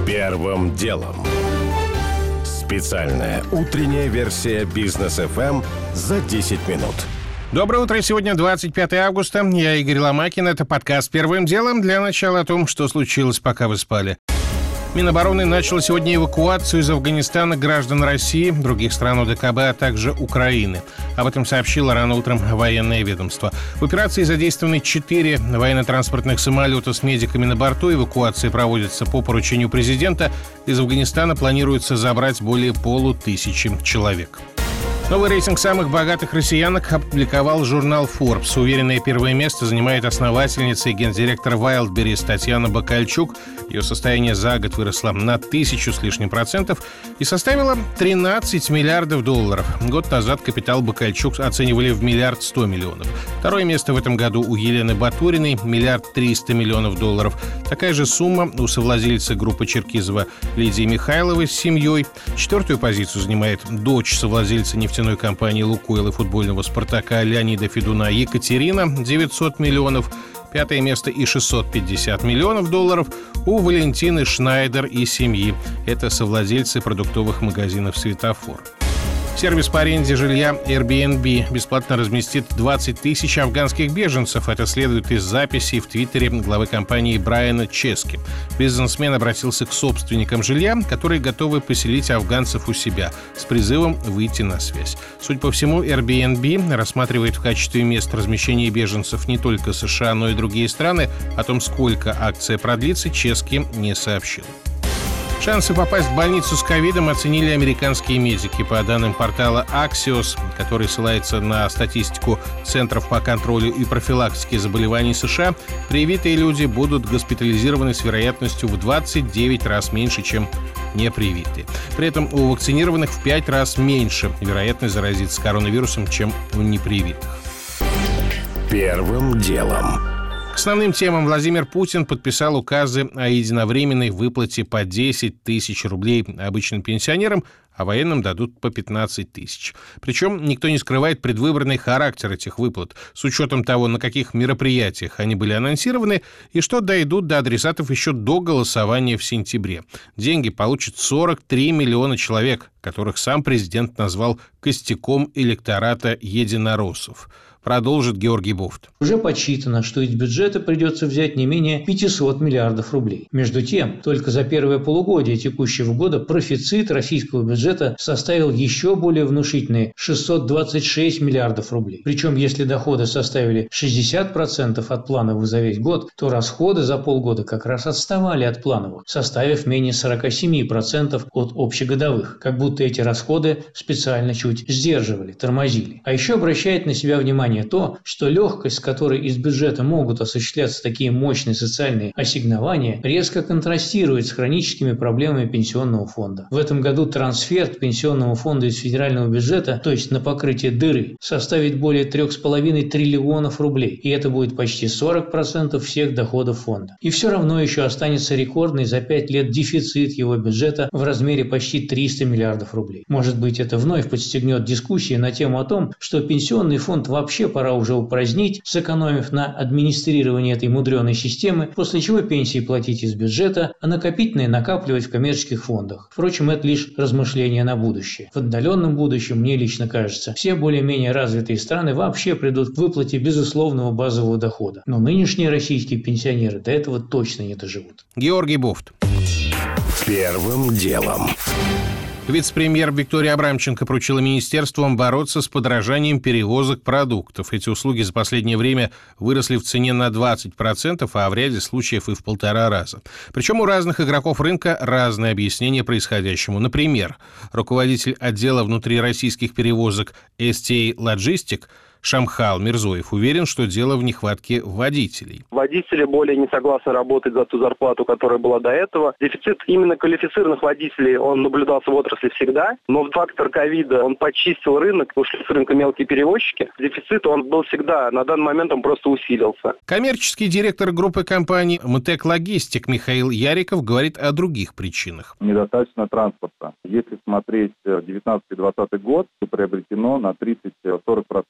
Первым делом. Специальная утренняя версия Бизнес ФМ за 10 минут. Доброе утро. Сегодня 25 августа. Я Игорь Ломакин. Это подкаст «Первым делом». Для начала о том, что случилось, пока вы спали. Минобороны начало сегодня эвакуацию из Афганистана граждан России, других стран ОДКБ, а также Украины. Об этом сообщило рано утром военное ведомство. В операции задействованы 4 военно-транспортных самолета с медиками на борту. Эвакуация проводится по поручению президента. Из Афганистана планируется забрать более 500 человек. Новый рейтинг самых богатых россиянок опубликовал журнал Forbes. Уверенное первое место занимает основательница и гендиректор Wildberries Татьяна Бакальчук. Ее состояние за год выросло на 1000 с лишним процентов и составило 13 миллиардов долларов. Год назад капитал Бакальчук оценивали в 1 100 миллионов. Второе место в этом году у Елены Батуриной – 1 300 миллионов долларов. Такая же сумма у совладельца группы Черкизова Лидии Михайловой с семьей. 4-ю позицию занимает дочь совладельца нефтяной компании «Лукойл» и футбольного «Спартака» Леонида Федуна Екатерина – 900 миллионов. 5-е место и 650 миллионов долларов у Валентины Шнайдер и семьи. Это совладельцы продуктовых магазинов «Светофор». Сервис по аренде жилья Airbnb бесплатно разместит 20 тысяч афганских беженцев. Это следует из записи в Твиттере главы компании Брайана Чески. Бизнесмен обратился к собственникам жилья, которые готовы поселить афганцев у себя, с призывом выйти на связь. Судя по всему, Airbnb рассматривает в качестве мест размещения беженцев не только США, но и другие страны. О том, сколько акция продлится, Чески не сообщил. Шансы попасть в больницу с ковидом оценили американские медики. По данным портала Axios, который ссылается на статистику Центров по контролю и профилактике заболеваний США, привитые люди будут госпитализированы с вероятностью в 29 раз меньше, чем непривитые. При этом у вакцинированных в 5 раз меньше вероятность заразиться коронавирусом, чем у непривитых. Первым делом. К основным темам Владимир Путин подписал указы о единовременной выплате по 10 тысяч рублей обычным пенсионерам, а военным дадут по 15 тысяч. Причем никто не скрывает предвыборный характер этих выплат, с учетом того, на каких мероприятиях они были анонсированы и что дойдут до адресатов еще до голосования в сентябре. Деньги получат 43 миллиона человек, которых сам президент назвал костяком электората единороссов. Продолжит Георгий Бофт. Уже подсчитано, что из бюджета придется взять не менее 500 миллиардов рублей. Между тем, только за первое полугодие текущего года профицит российского бюджета составил еще более внушительные 626 миллиардов рублей. Причем, если доходы составили 60% от плановых за весь год, то расходы за полгода как раз отставали от плановых, составив менее 47% от общегодовых. Как будто эти расходы специально чуть сдерживали, тормозили. А еще обращает на себя внимание то, что легкость, с которой из бюджета могут осуществляться такие мощные социальные ассигнования, резко контрастирует с хроническими проблемами пенсионного фонда. В этом году трансфер к пенсионному фонду из федерального бюджета, то есть на покрытие дыры, составит более 3,5 триллионов рублей, и это будет почти 40% всех доходов фонда. И все равно еще останется рекордный за 5 лет дефицит его бюджета в размере почти 300 миллиардов рублей. Может быть, это вновь подстегнет дискуссии на тему о том, что пенсионный фонд вообще пора уже упразднить, сэкономив на администрировании этой мудреной системы, после чего пенсии платить из бюджета, а накопительные накапливать в коммерческих фондах. Впрочем, это лишь размышления на будущее. В отдаленном будущем, мне лично кажется, все более-менее развитые страны вообще придут к выплате безусловного базового дохода. Но нынешние российские пенсионеры до этого точно не доживут. Георгий Бофт. Первым делом. Вице-премьер Виктория Абрамченко поручила министерствам бороться с подорожанием перевозок продуктов. Эти услуги за последнее время выросли в цене на 20%, а в ряде случаев и в 1,5 раза. Причем у разных игроков рынка разные объяснения происходящему. Например, руководитель отдела внутрироссийских перевозок STA Logistic Шамхал Мирзоев уверен, что дело в нехватке водителей. Водители более не согласны работать за ту зарплату, которая была до этого. Дефицит именно квалифицированных водителей, он наблюдался в отрасли всегда, но фактор ковида, он почистил рынок, ушли с рынка мелкие перевозчики. Дефицит, он был всегда, на данный момент он просто усилился. Коммерческий директор группы компаний МТЭК Логистик Михаил Яриков говорит о других причинах. Недостаточно транспорта. Если смотреть 19-20 год, то приобретено на 30-40% меньше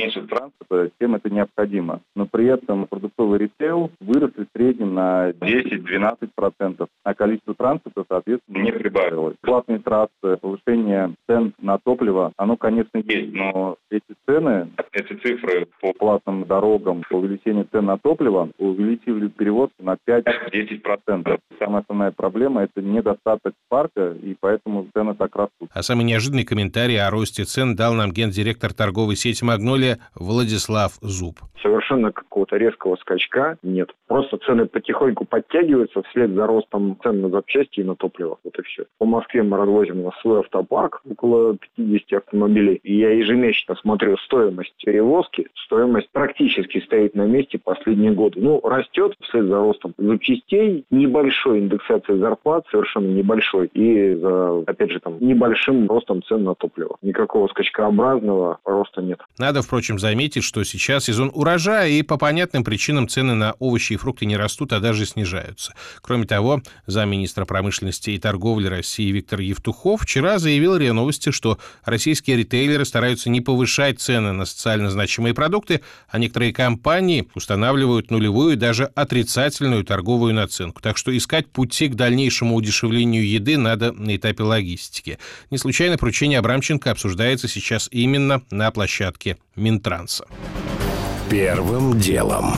меньше транспорта, тем это необходимо. Но при этом продуктовый ритейл выросли в среднем на 10-12%, а количество транспорта, соответственно, не прибавилось. Платные трассы, повышение цен на топливо, оно, конечно, есть, но эти цифры по платным дорогам, по увеличению цен на топливо увеличили перевозки на 5-10%. Самая основная проблема – это недостаток парка, и поэтому цены так растут. А самый неожиданный комментарий о росте цен дал нам гендиректор торговой сети «Магнолия» Владислав Зуб. Совершенно какого-то резкого скачка нет. Просто цены потихоньку подтягиваются вслед за ростом цен на запчасти и на топливо. Вот и все. По Москве мы развозим на свой автопарк около 50 автомобилей. И я ежемесячно смотрю стоимость перевозки. Стоимость практически стоит на месте последние годы. Растет вслед за ростом запчастей, небольшой индексацией зарплат, совершенно небольшой. И опять же, небольшим ростом цен на топливо. Никакого скачкообразного роста нет. Надо, впрочем, заметить, что сейчас сезон урожая, и по понятным причинам цены на овощи и фрукты не растут, а даже снижаются. Кроме того, замминистра промышленности и торговли России Виктор Евтухов вчера заявил РИА Новости, что российские ритейлеры стараются не повышать цены на социально значимые продукты, а некоторые компании устанавливают нулевую и даже отрицательную торговую наценку. Так что искать пути к дальнейшему удешевлению еды надо на этапе логистики. Не случайно поручение Абрамченко обсуждается сейчас именно на площадке Минтранса. Первым делом.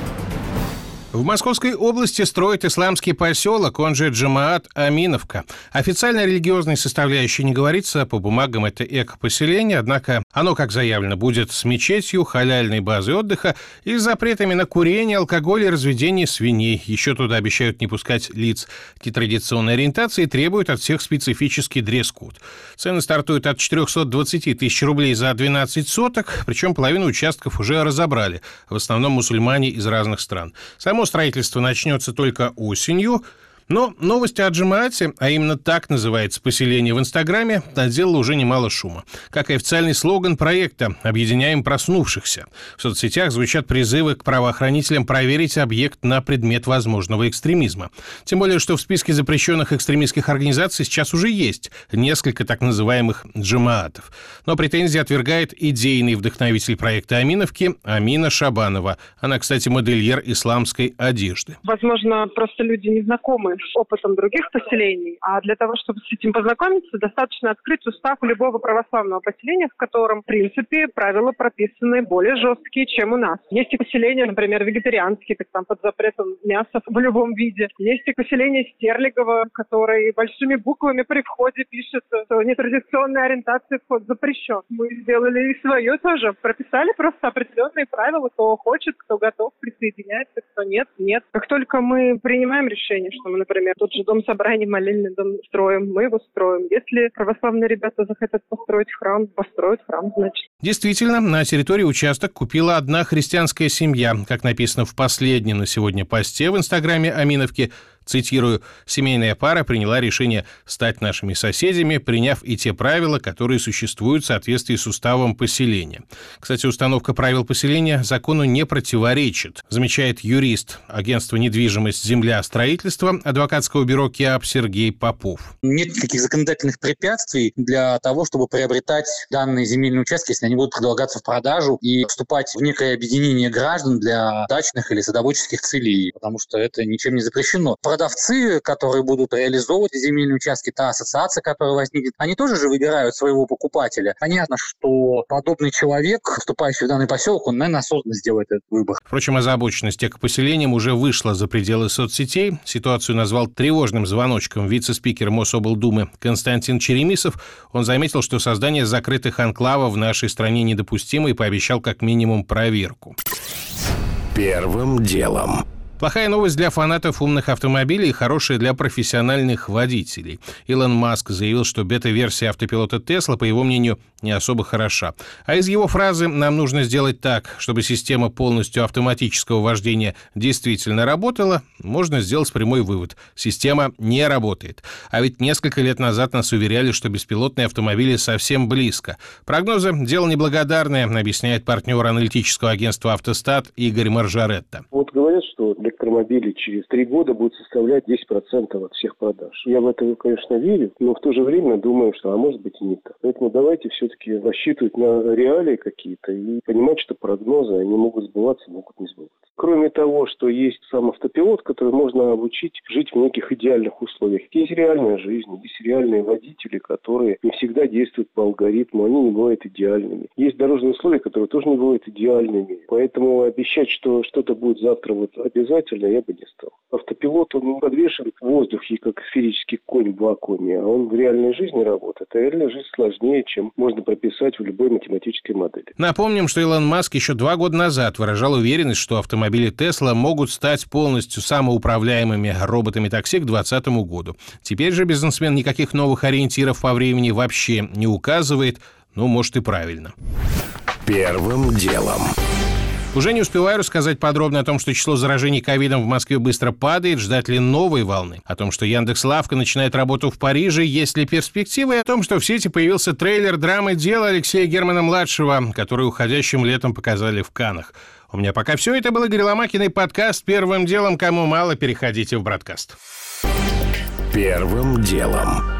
В Московской области строят исламский поселок, он же Джамаат Аминовка. Официально религиозной составляющей не говорится, по бумагам это эко-поселение, однако оно, как заявлено, будет с мечетью, халяльной базой отдыха и с запретами на курение, алкоголь и разведение свиней. Еще туда обещают не пускать лиц нетрадиционной ориентации и требуют от всех специфический дресс-код. Цены стартуют от 420 тысяч рублей за 12 соток, причем половину участков уже разобрали, в основном мусульмане из разных стран. Само строительство начнется только осенью, но новость о Джамаате, а именно так называется поселение в Инстаграме, наделала уже немало шума. Как и официальный слоган проекта «Объединяем проснувшихся». В соцсетях звучат призывы к правоохранителям проверить объект на предмет возможного экстремизма. Тем более, что в списке запрещенных экстремистских организаций сейчас уже есть несколько так называемых джамаатов. Но претензии отвергает идейный вдохновитель проекта Аминовки Амина Шабанова. Она, кстати, модельер исламской одежды. Возможно, просто люди не знакомы с опытом других поселений, а для того, чтобы с этим познакомиться, достаточно открыть устав любого православного поселения, в котором, в принципе, правила прописаны более жесткие, чем у нас. Есть и поселения, например, вегетарианские, так там под запретом мяса в любом виде. Есть и поселение Стерлигово, который большими буквами при входе пишет, что нетрадиционная ориентация вход запрещен. Мы сделали и свое тоже. Прописали просто определенные правила, кто хочет, кто готов присоединяется, кто нет, нет. Как только мы принимаем решение, что мы, например, тот же дом собраний, молельный дом строим, мы его строим. Если православные ребята захотят построить храм, построят храм, значит. Действительно, на территории участок купила одна христианская семья. Как написано в последнем на сегодня посте в Инстаграме Аминовки, цитирую, «Семейная пара приняла решение стать нашими соседями, приняв и те правила, которые существуют в соответствии с уставом поселения». Кстати, установка правил поселения закону не противоречит, замечает юрист агентства «Недвижимость, земля, строительство» адвокатского бюро КИАП Сергей Попов. Нет никаких законодательных препятствий для того, чтобы приобретать данные земельные участки, если они будут предлагаться в продажу, и вступать в некое объединение граждан для дачных или садоводческих целей, потому что это ничем не запрещено. Продавцы, которые будут реализовывать земельные участки, та ассоциация, которая возникнет, они тоже же выбирают своего покупателя. Понятно, что подобный человек, вступающий в данный поселок, он, наверное, осознанно сделает этот выбор. Впрочем, озабоченность экопоселением уже вышла за пределы соцсетей. Ситуацию назвал тревожным звоночком вице-спикер Мособлдумы Константин Черемисов. Он заметил, что создание закрытых анклавов в нашей стране недопустимо и пообещал как минимум проверку. Первым делом. Плохая новость для фанатов умных автомобилей и хорошая для профессиональных водителей. Илон Маск заявил, что бета-версия автопилота Tesla, по его мнению, не особо хороша. А из его фразы «нам нужно сделать так, чтобы система полностью автоматического вождения действительно работала», можно сделать прямой вывод – система не работает. А ведь несколько лет назад нас уверяли, что беспилотные автомобили совсем близко. Прогнозы – дело неблагодарное, объясняет партнер аналитического агентства «Автостат» Игорь Маржаретта. Вот говорят, что электромобили автомобилей через 3 года будет составлять 10% от всех продаж. Я в это, конечно, верю, но в то же время думаю, что, а может быть, и не так. Поэтому давайте все-таки рассчитывать на реалии какие-то и понимать, что прогнозы, они могут сбываться, могут не сбываться. Кроме того, что есть сам автопилот, который можно обучить жить в неких идеальных условиях. Есть реальная жизнь, есть реальные водители, которые не всегда действуют по алгоритму, они не бывают идеальными. Есть дорожные условия, которые тоже не бывают идеальными. Поэтому обещать, что что-то будет завтра вот обязательно, я бы не стал. Автопилот, он подвешен в воздухе, как сферический конь в вакууме, а он в реальной жизни работает. А реальная жизнь сложнее, чем можно прописать в любой математической модели. Напомним, что Илон Маск еще 2 года назад выражал уверенность, что автомобили Tesla могут стать полностью самоуправляемыми роботами такси к 2020 году. Теперь же бизнесмен никаких новых ориентиров по времени вообще не указывает, ну, может, и правильно. Первым делом. Уже не успеваю рассказать подробно о том, что число заражений ковидом в Москве быстро падает, ждать ли новой волны, о том, что Яндекс.Лавка начинает работу в Париже, есть ли перспективы, о том, что в сети появился трейлер драмы «Дело» Алексея Германа-младшего, который уходящим летом показали в Каннах. У меня пока все. Это был Игорь Ломакин и подкаст «Первым делом». Кому мало, переходите в Бродкаст. Первым делом.